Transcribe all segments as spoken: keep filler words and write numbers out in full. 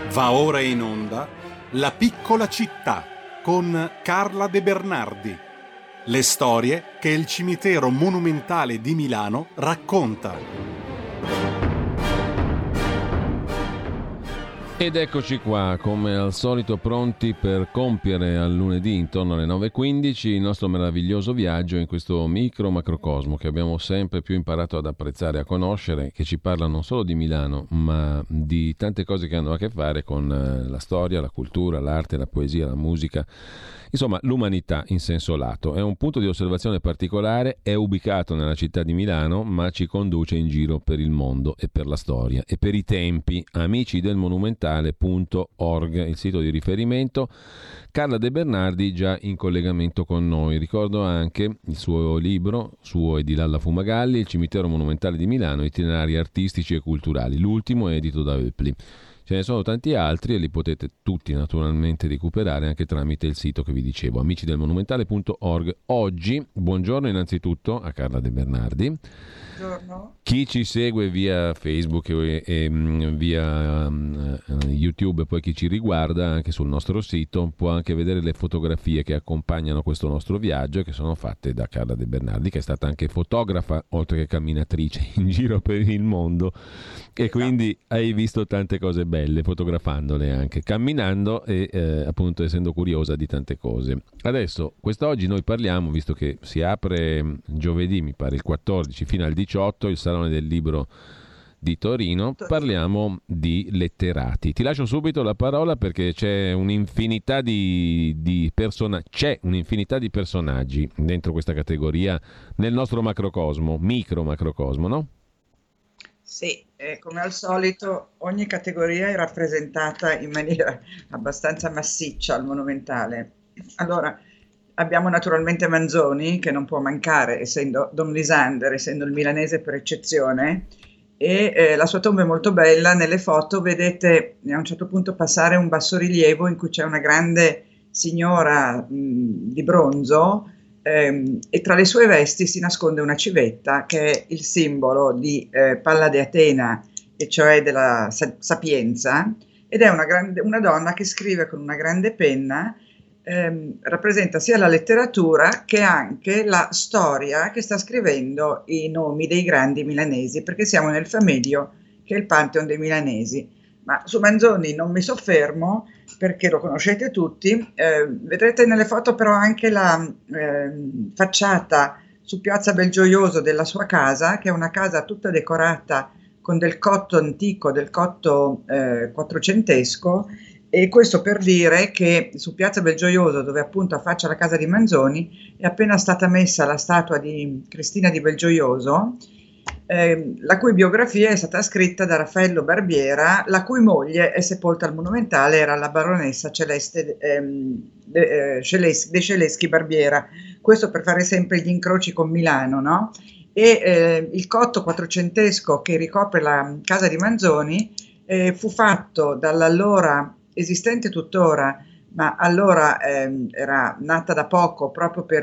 Va ora in onda La piccola città con Carla De Bernardi. Le storie che il cimitero monumentale di Milano racconta. Ed eccoci qua, come al solito, pronti per compiere al lunedì intorno alle nove e quindici il nostro meraviglioso viaggio in questo micro macrocosmo che abbiamo sempre più imparato ad apprezzare e a conoscere, che ci parla non solo di Milano, ma di tante cose che hanno a che fare con la storia, la cultura, l'arte, la poesia, la musica. Insomma, l'umanità in senso lato. È un punto di osservazione particolare, è ubicato nella città di Milano, ma ci conduce in giro per il mondo e per la storia e per i tempi. Amici del monumentale punto org, il sito di riferimento. Carla De Bernardi già in collegamento con noi. Ricordo anche il suo libro, suo e di Lalla Fumagalli, Il cimitero monumentale di Milano, itinerari artistici e culturali. L'ultimo è edito da Oepli. Ce ne sono tanti altri e li potete tutti naturalmente recuperare anche tramite il sito che vi dicevo, amici del monumentale punto org. Oggi, buongiorno innanzitutto a Carla De Bernardi. Buongiorno. Chi ci segue via Facebook e, e via um, YouTube e poi chi ci riguarda anche sul nostro sito può anche vedere le fotografie che accompagnano questo nostro viaggio, che sono fatte da Carla De Bernardi, che è stata anche fotografa oltre che camminatrice in giro per il mondo, e quindi hai visto tante cose belle fotografandole, anche camminando e eh, appunto essendo curiosa di tante cose. Adesso, quest'oggi noi parliamo, visto che si apre giovedì, mi pare il quattordici fino al diciotto, il Salone del Libro di Torino, parliamo di letterati. Ti lascio subito la parola perché c'è un'infinità di, di persona, c'è un'infinità di personaggi dentro questa categoria nel nostro macrocosmo, micro macrocosmo, no? Sì, eh, come al solito ogni categoria è rappresentata in maniera abbastanza massiccia al monumentale. Allora, abbiamo naturalmente Manzoni, che non può mancare, essendo Don Lisander, essendo il milanese per eccezione, e eh, la sua tomba è molto bella. Nelle foto vedete a un certo punto passare un bassorilievo in cui c'è una grande signora mh, di bronzo, ehm, e tra le sue vesti si nasconde una civetta che è il simbolo di eh, Pallade Atena, e cioè della sa- sapienza, ed è una, grande, una donna che scrive con una grande penna. Ehm, rappresenta sia la letteratura che anche la storia che sta scrivendo i nomi dei grandi milanesi, perché siamo nel Famedio, che è il Pantheon dei milanesi. Ma su Manzoni non mi soffermo perché lo conoscete tutti. Eh, vedrete nelle foto però anche la eh, facciata su Piazza Belgioioso della sua casa, che è una casa tutta decorata con del cotto antico, del cotto eh, quattrocentesco. E questo per dire che su Piazza Belgioioso, dove appunto affaccia la casa di Manzoni, è appena stata messa la statua di Cristina di Belgioioso, eh, la cui biografia è stata scritta da Raffaello Barbiera, la cui moglie è sepolta al Monumentale, era la baronessa Celeste ehm, de, eh, Celeschi, De Celeschi Barbiera. Questo per fare sempre gli incroci con Milano, no? E eh, il cotto quattrocentesco che ricopre la casa di Manzoni eh, fu fatto dall'allora esistente tuttora, ma allora ehm, era nata da poco proprio per,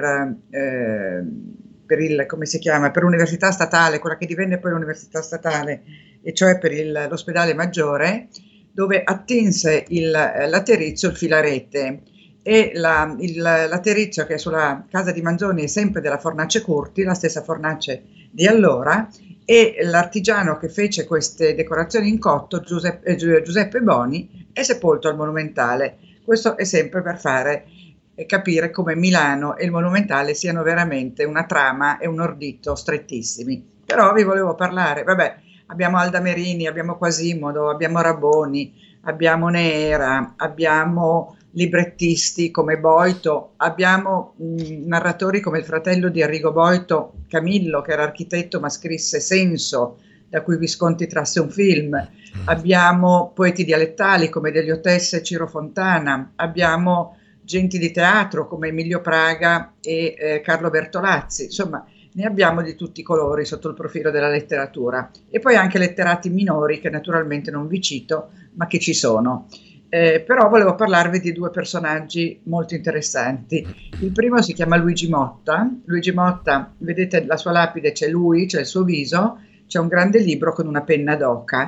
eh, per il, come si chiama, per l'università statale, quella che divenne poi l'università statale, e cioè per il, l'ospedale maggiore, dove attinse il laterizio, il filarete, e la, il laterizio che è sulla casa di Manzoni è sempre della Fornace Curti, la stessa fornace di allora, e l'artigiano che fece queste decorazioni in cotto, Giuseppe, eh, Giuseppe Boni, è sepolto al Monumentale. Questo è sempre per fare eh, capire come Milano e il Monumentale siano veramente una trama e un ordito strettissimi. Però vi volevo parlare, vabbè, abbiamo Alda Merini, abbiamo Quasimodo, abbiamo Raboni, abbiamo Neera, abbiamo librettisti come Boito, abbiamo mh, narratori come il fratello di Arrigo Boito, Camillo, che era architetto ma scrisse Senso, da cui Visconti trasse un film. Abbiamo poeti dialettali come Delio Tesse e Ciro Fontana, abbiamo genti di teatro come Emilio Praga e eh, Carlo Bertolazzi. Insomma, ne abbiamo di tutti i colori sotto il profilo della letteratura, e poi anche letterati minori che naturalmente non vi cito, ma che ci sono. Eh, però volevo parlarvi di due personaggi molto interessanti. Il primo si chiama Luigi Motta. Luigi Motta, vedete la sua lapide, c'è lui, c'è il suo viso, c'è un grande libro con una penna d'oca.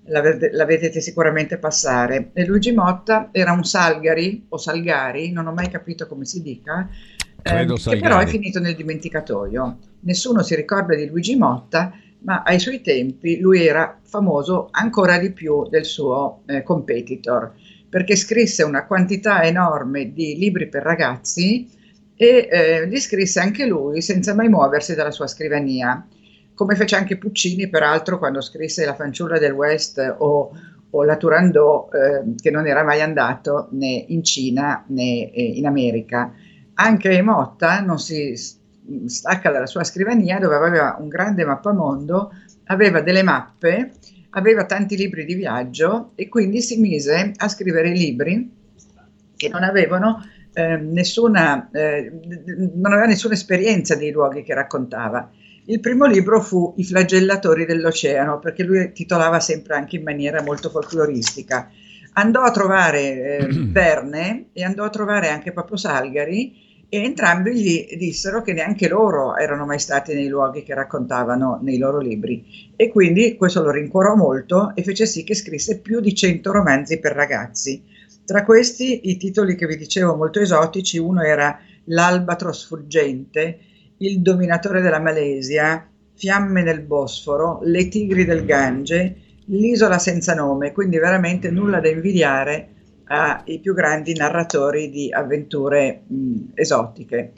l'avete, la vedete sicuramente passare. E Luigi Motta era un Salgari o Salgari, non ho mai capito come si dica, Credo ehm, che Salgari. però è finito nel dimenticatoio. Nessuno si ricorda di Luigi Motta, ma ai suoi tempi lui era famoso ancora di più del suo eh, competitor, perché scrisse una quantità enorme di libri per ragazzi e eh, li scrisse anche lui senza mai muoversi dalla sua scrivania, come fece anche Puccini, peraltro, quando scrisse La fanciulla del West o, o La Turandot, eh, che non era mai andato né in Cina né eh, in America. Anche Motta non si stacca dalla sua scrivania, dove aveva un grande mappamondo, aveva delle mappe, aveva tanti libri di viaggio e quindi si mise a scrivere libri che non avevano eh, nessuna, eh, non aveva nessuna esperienza dei luoghi che raccontava. Il primo libro fu I flagellatori dell'oceano, perché lui titolava sempre anche in maniera molto folcloristica. Andò a trovare eh, Verne e andò a trovare anche proprio Salgari, e entrambi gli dissero che neanche loro erano mai stati nei luoghi che raccontavano nei loro libri, e quindi questo lo rincuorò molto e fece sì che scrisse più di cento romanzi per ragazzi. Tra questi i titoli che vi dicevo molto esotici: uno era L'albatro sfuggente, Il dominatore della Malesia, Fiamme nel Bosforo, Le tigri del Gange, L'isola senza nome, quindi veramente nulla da invidiare ai più grandi narratori di avventure mh, esotiche.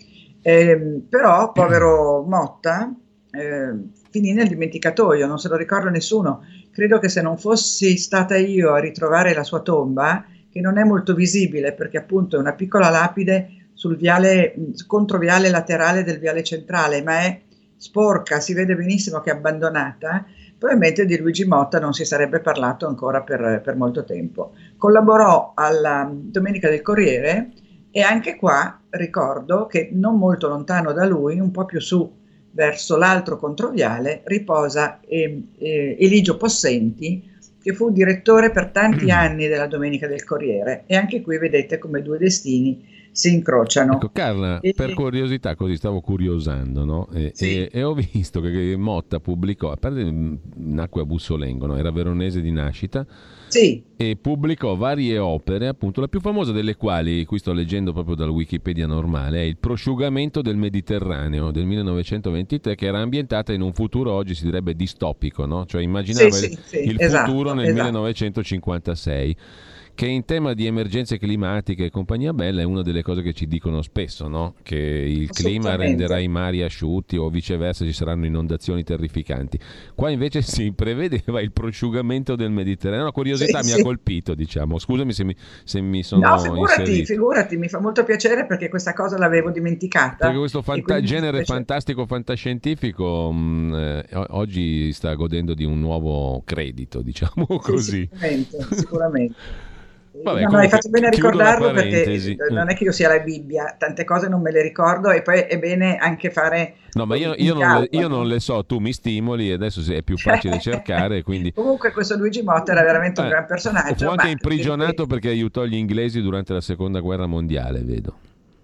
Eh, però povero Motta eh, finì nel dimenticatoio, non se lo ricorda nessuno. Credo che se non fossi stata io a ritrovare la sua tomba, che non è molto visibile perché appunto è una piccola lapide sul viale, controviale laterale del viale centrale, ma è sporca, si vede benissimo che è abbandonata, probabilmente di Luigi Motta non si sarebbe parlato ancora per, per molto tempo. Collaborò alla Domenica del Corriere e anche qua ricordo che non molto lontano da lui, un po' più su verso l'altro controviale, riposa eh, eh, Eligio Possenti, che fu direttore per tanti anni della Domenica del Corriere, e anche qui vedete come due destini si incrociano. Ecco, Carla, e, per curiosità, così stavo curiosando, no? E, sì. e, e ho visto che Motta pubblicò, a parte nacque a Bussolengo, no? Era veronese di nascita, sì. E pubblicò varie opere, appunto, la più famosa delle quali, qui sto leggendo proprio dal Wikipedia normale, è Il prosciugamento del Mediterraneo del millenovecentoventitré, che era ambientata in un futuro oggi si direbbe distopico, no? Cioè immaginava sì, il, sì, sì, il esatto, futuro nel esatto. millenovecentocinquantasei, che in tema di emergenze climatiche e compagnia bella è una delle cose che ci dicono spesso, no? Che il clima renderà i mari asciutti o viceversa ci saranno inondazioni terrificanti. Qua invece si prevedeva il prosciugamento del Mediterraneo. Una curiosità sì, mi sì. ha colpito, diciamo. Scusami se mi, se mi sono No, figurati, inserito. figurati, mi fa molto piacere perché questa cosa l'avevo dimenticata. Perché questo fanta- genere invece... fantastico fantascientifico mh, eh, oggi sta godendo di un nuovo credito, diciamo così. Sì, sicuramente, sicuramente. Vabbè, no, no, hai fatto bene a ricordarlo perché non è che io sia la Bibbia, tante cose non me le ricordo e poi è bene anche fare... No, ma io, io, non le, io non le so, tu mi stimoli e adesso è più facile cercare. Quindi... Comunque questo Luigi Motta era veramente un eh, gran personaggio. Fu anche ma... imprigionato perché aiutò gli inglesi durante la seconda guerra mondiale, vedo.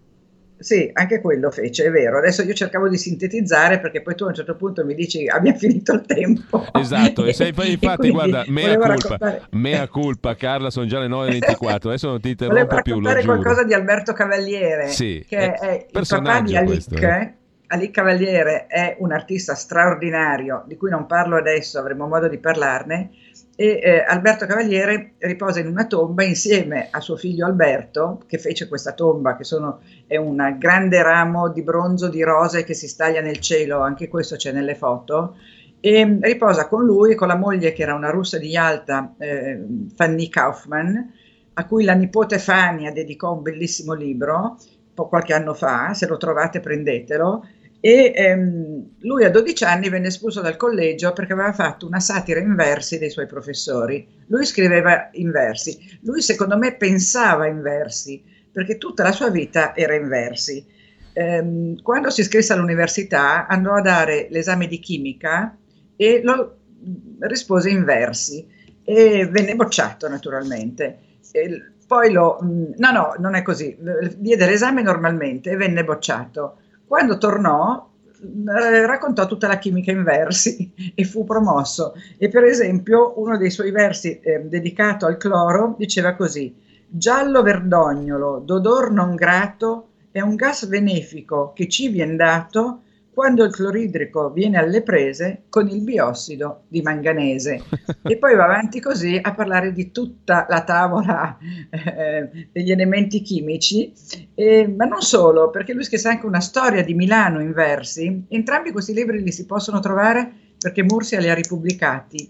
Sì, anche quello fece, è vero. Adesso io cercavo di sintetizzare perché poi tu a un certo punto mi dici abbiamo finito il tempo. Esatto, e sei, infatti guarda, mea colpa, raccontare... mea colpa Carla, sono già le nove e ventiquattro, adesso non ti Volevo interrompo più, lo giuro. raccontare qualcosa di Alberto Cavaliere, sì, che è è il papà di Alic. Questo, eh. Alic Cavaliere è un artista straordinario, di cui non parlo adesso, avremo modo di parlarne, e eh, Alberto Cavaliere riposa in una tomba insieme a suo figlio Alberto, che fece questa tomba, che sono, è un grande ramo di bronzo di rose che si staglia nel cielo, anche questo c'è nelle foto, e riposa con lui e con la moglie, che era una russa di Yalta, eh, Fanny Kaufman, a cui la nipote Fania dedicò un bellissimo libro, po- qualche anno fa, se lo trovate prendetelo. E ehm, lui a dodici anni venne espulso dal collegio perché aveva fatto una satira in versi dei suoi professori. Lui scriveva in versi, lui secondo me pensava in versi, perché tutta la sua vita era in versi. Ehm, quando si iscrisse all'università andò a dare l'esame di chimica e lo rispose in versi e venne bocciato naturalmente. E poi lo, no no, non è così, diede l'esame normalmente e venne bocciato. Quando tornò raccontò tutta la chimica in versi e fu promosso. E per esempio uno dei suoi versi eh, dedicato al cloro diceva così: giallo verdognolo, d'odor non grato, è un gas benefico che ci vien dato quando il cloridrico viene alle prese con il biossido di manganese. E poi va avanti così a parlare di tutta la tavola eh, degli elementi chimici, eh, ma non solo, perché lui scrisse anche una storia di Milano in versi. Entrambi questi libri li si possono trovare perché Mursia li ha ripubblicati.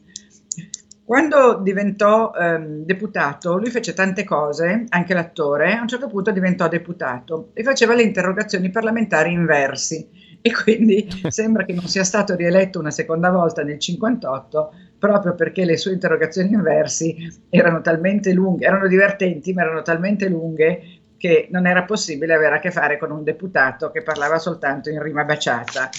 Quando diventò ehm, deputato, lui fece tante cose, anche l'attore. A un certo punto diventò deputato e faceva le interrogazioni parlamentari in versi. E quindi sembra che non sia stato rieletto una seconda volta nel cinquantotto, proprio perché le sue interrogazioni in versi erano talmente lunghe, erano divertenti, ma erano talmente lunghe che non era possibile avere a che fare con un deputato che parlava soltanto in rima baciata.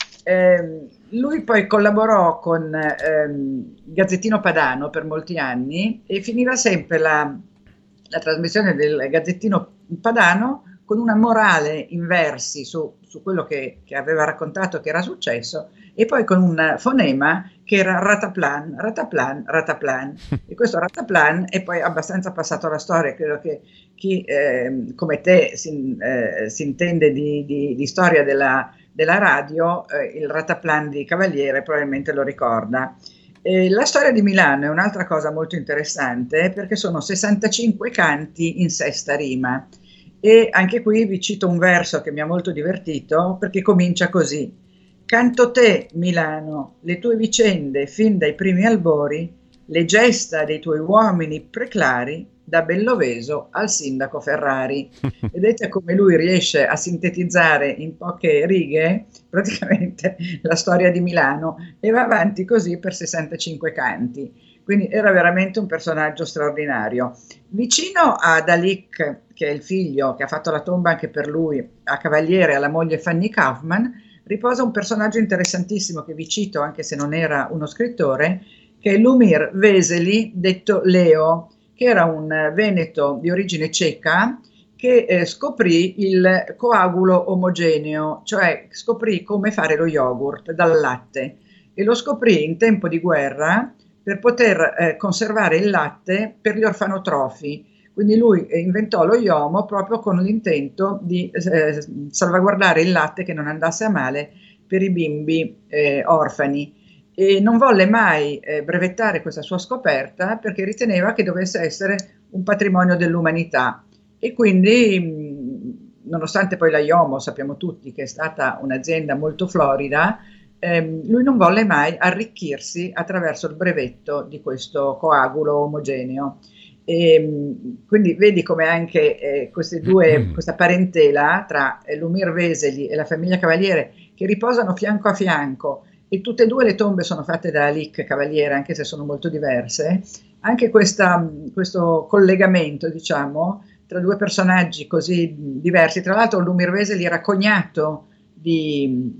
Eh, lui poi collaborò con ehm, Gazzettino Padano per molti anni e finiva sempre la, la trasmissione del Gazzettino Padano con una morale in versi su, su quello che, che aveva raccontato che era successo, e poi con un fonema che era rataplan, rataplan, rataplan. E questo rataplan è poi abbastanza passato alla storia. Credo che chi eh, come te si, eh, si intende di, di, di storia della, della radio, eh, il rataplan di Cavaliere probabilmente lo ricorda. E la storia di Milano è un'altra cosa molto interessante, perché sono sessantacinque canti in sesta rima. E anche qui vi cito un verso che mi ha molto divertito, perché comincia così: canto te, Milano, le tue vicende fin dai primi albori, le gesta dei tuoi uomini preclari, da Belloveso al sindaco Ferrari. Vedete come lui riesce a sintetizzare in poche righe praticamente la storia di Milano, e va avanti così per sessantacinque canti. Quindi era veramente un personaggio straordinario. Vicino ad Alic, che è il figlio che ha fatto la tomba anche per lui a Cavaliere, alla moglie Fanny Kaufman, riposa un personaggio interessantissimo che vi cito, anche se non era uno scrittore, che è Lumir Veseli, detto Leo, che era un veneto di origine ceca che eh, scoprì il coagulo omogeneo, cioè scoprì come fare lo yogurt dal latte, e lo scoprì in tempo di guerra per poter eh, conservare il latte per gli orfanotrofi. Quindi lui eh, inventò lo Iomo proprio con l'intento di eh, salvaguardare il latte che non andasse a male per i bimbi eh, orfani, e non volle mai eh, brevettare questa sua scoperta perché riteneva che dovesse essere un patrimonio dell'umanità. E quindi, mh, nonostante poi la Iomo sappiamo tutti che è stata un'azienda molto florida, ehm, lui non volle mai arricchirsi attraverso il brevetto di questo coagulo omogeneo. E quindi vedi come anche eh, queste due, questa parentela tra eh, Lumir Veseli e la famiglia Cavaliere, che riposano fianco a fianco, e tutte e due le tombe sono fatte da Alic Cavaliere, anche se sono molto diverse, anche questa, questo collegamento, diciamo, tra due personaggi così diversi. Tra l'altro Lumir Veseli era cognato di,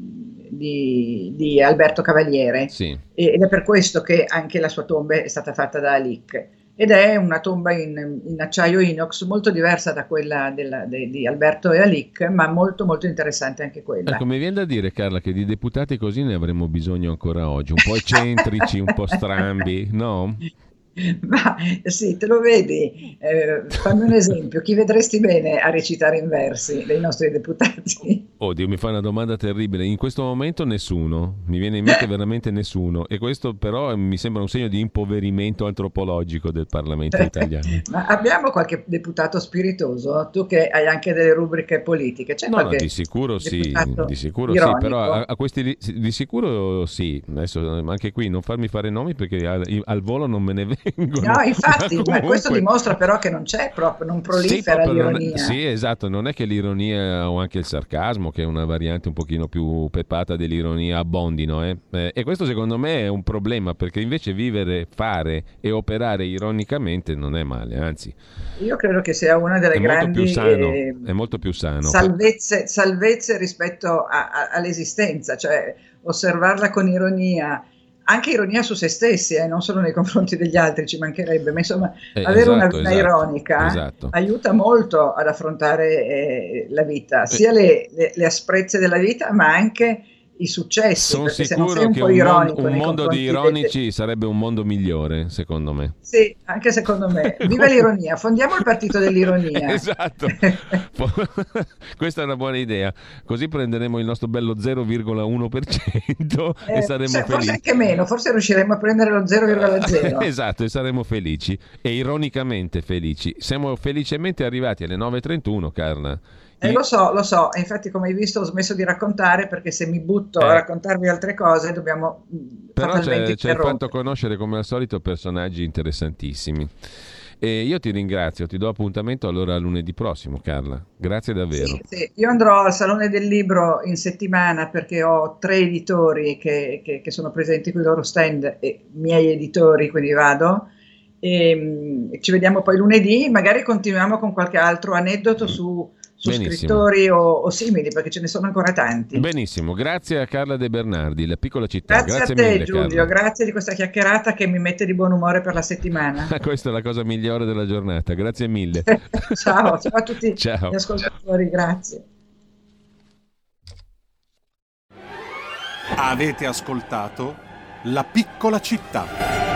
di, di Alberto Cavaliere, sì. Ed è per questo che anche la sua tomba è stata fatta da Alic. Ed è una tomba in, in acciaio inox molto diversa da quella della, de, di Alberto e Alic, ma molto molto interessante anche quella. Ecco, mi viene da dire, Carla, che di deputati così ne avremmo bisogno ancora oggi, un po' eccentrici, un po' strambi, no? Ma sì, te lo vedi? Eh, fammi un esempio, chi vedresti bene a recitare in versi dei nostri deputati? Oddio, mi fa una domanda terribile. In questo momento nessuno, mi viene in mente veramente nessuno, e questo però mi sembra un segno di impoverimento antropologico del Parlamento italiano. Ma abbiamo qualche deputato spiritoso? Tu che hai anche delle rubriche politiche, c'è no, qualche no, di sicuro sì, di sicuro ironico? Sì, però a, a questi di, di sicuro sì. Adesso anche qui non farmi fare nomi perché al, al volo non me ne vengono. No, infatti, ma, ma questo dimostra però che non c'è proprio, non prolifera sì, l'ironia. Non è, sì, esatto, non è che l'ironia o anche il sarcasmo, che è una variante un pochino più pepata dell'ironia, abbondino, eh? Eh, e questo secondo me è un problema, perché invece vivere, fare e operare ironicamente non è male, anzi. Io credo che sia una delle è grandi molto più sano, eh, è molto più sano. Salvezze, salvezze rispetto a, a, all'esistenza, cioè osservarla con ironia. Anche ironia su se stessi, eh, non solo nei confronti degli altri, ci mancherebbe, ma insomma eh, avere esatto, una vita esatto, ironica esatto. aiuta molto ad affrontare eh, la vita, sia eh. le, le, le asprezze della vita, ma anche i successi. Sono perché se non sei sicuro un che po' un, ironico mon- un nei mondo di confronti ironici dei- sarebbe un mondo migliore, secondo me. Sì, anche secondo me. Viva l'ironia, fondiamo il partito dell'ironia. Esatto. Questa è una buona idea. Così prenderemo il nostro bello zero virgola uno per cento e Eh, saremo se- forse felici. anche meno, forse riusciremo a prendere lo zero virgola zero. Esatto, e saremo felici e ironicamente felici. Siamo felicemente arrivati alle nove e trentuno, Carla. Eh, I- lo so, lo so, e infatti come hai visto ho smesso di raccontare perché se mi butto Eh. a raccontarvi altre cose dobbiamo mh, Però fatalmente c'è, c'è fatto interrompere. conoscere come al solito personaggi interessantissimi. E io ti ringrazio, ti do appuntamento allora lunedì prossimo, Carla. Grazie davvero. Sì, sì. Io andrò al Salone del Libro in settimana perché ho tre editori che, che- che sono presenti con i loro stand e miei editori, quindi vado. E, mh, ci vediamo poi lunedì, magari continuiamo con qualche altro aneddoto su, su Benissimo. scrittori o, o simili, perché ce ne sono ancora tanti. Benissimo, grazie a Carla De Bernardi, La piccola città. Grazie, Grazie a te mille, Giulio, Carla. grazie di questa chiacchierata che mi mette di buon umore per la settimana. Questa è la cosa migliore della giornata. Grazie mille. Ciao, ciao a tutti Ciao. gli ascoltatori, grazie. Avete ascoltato La piccola città.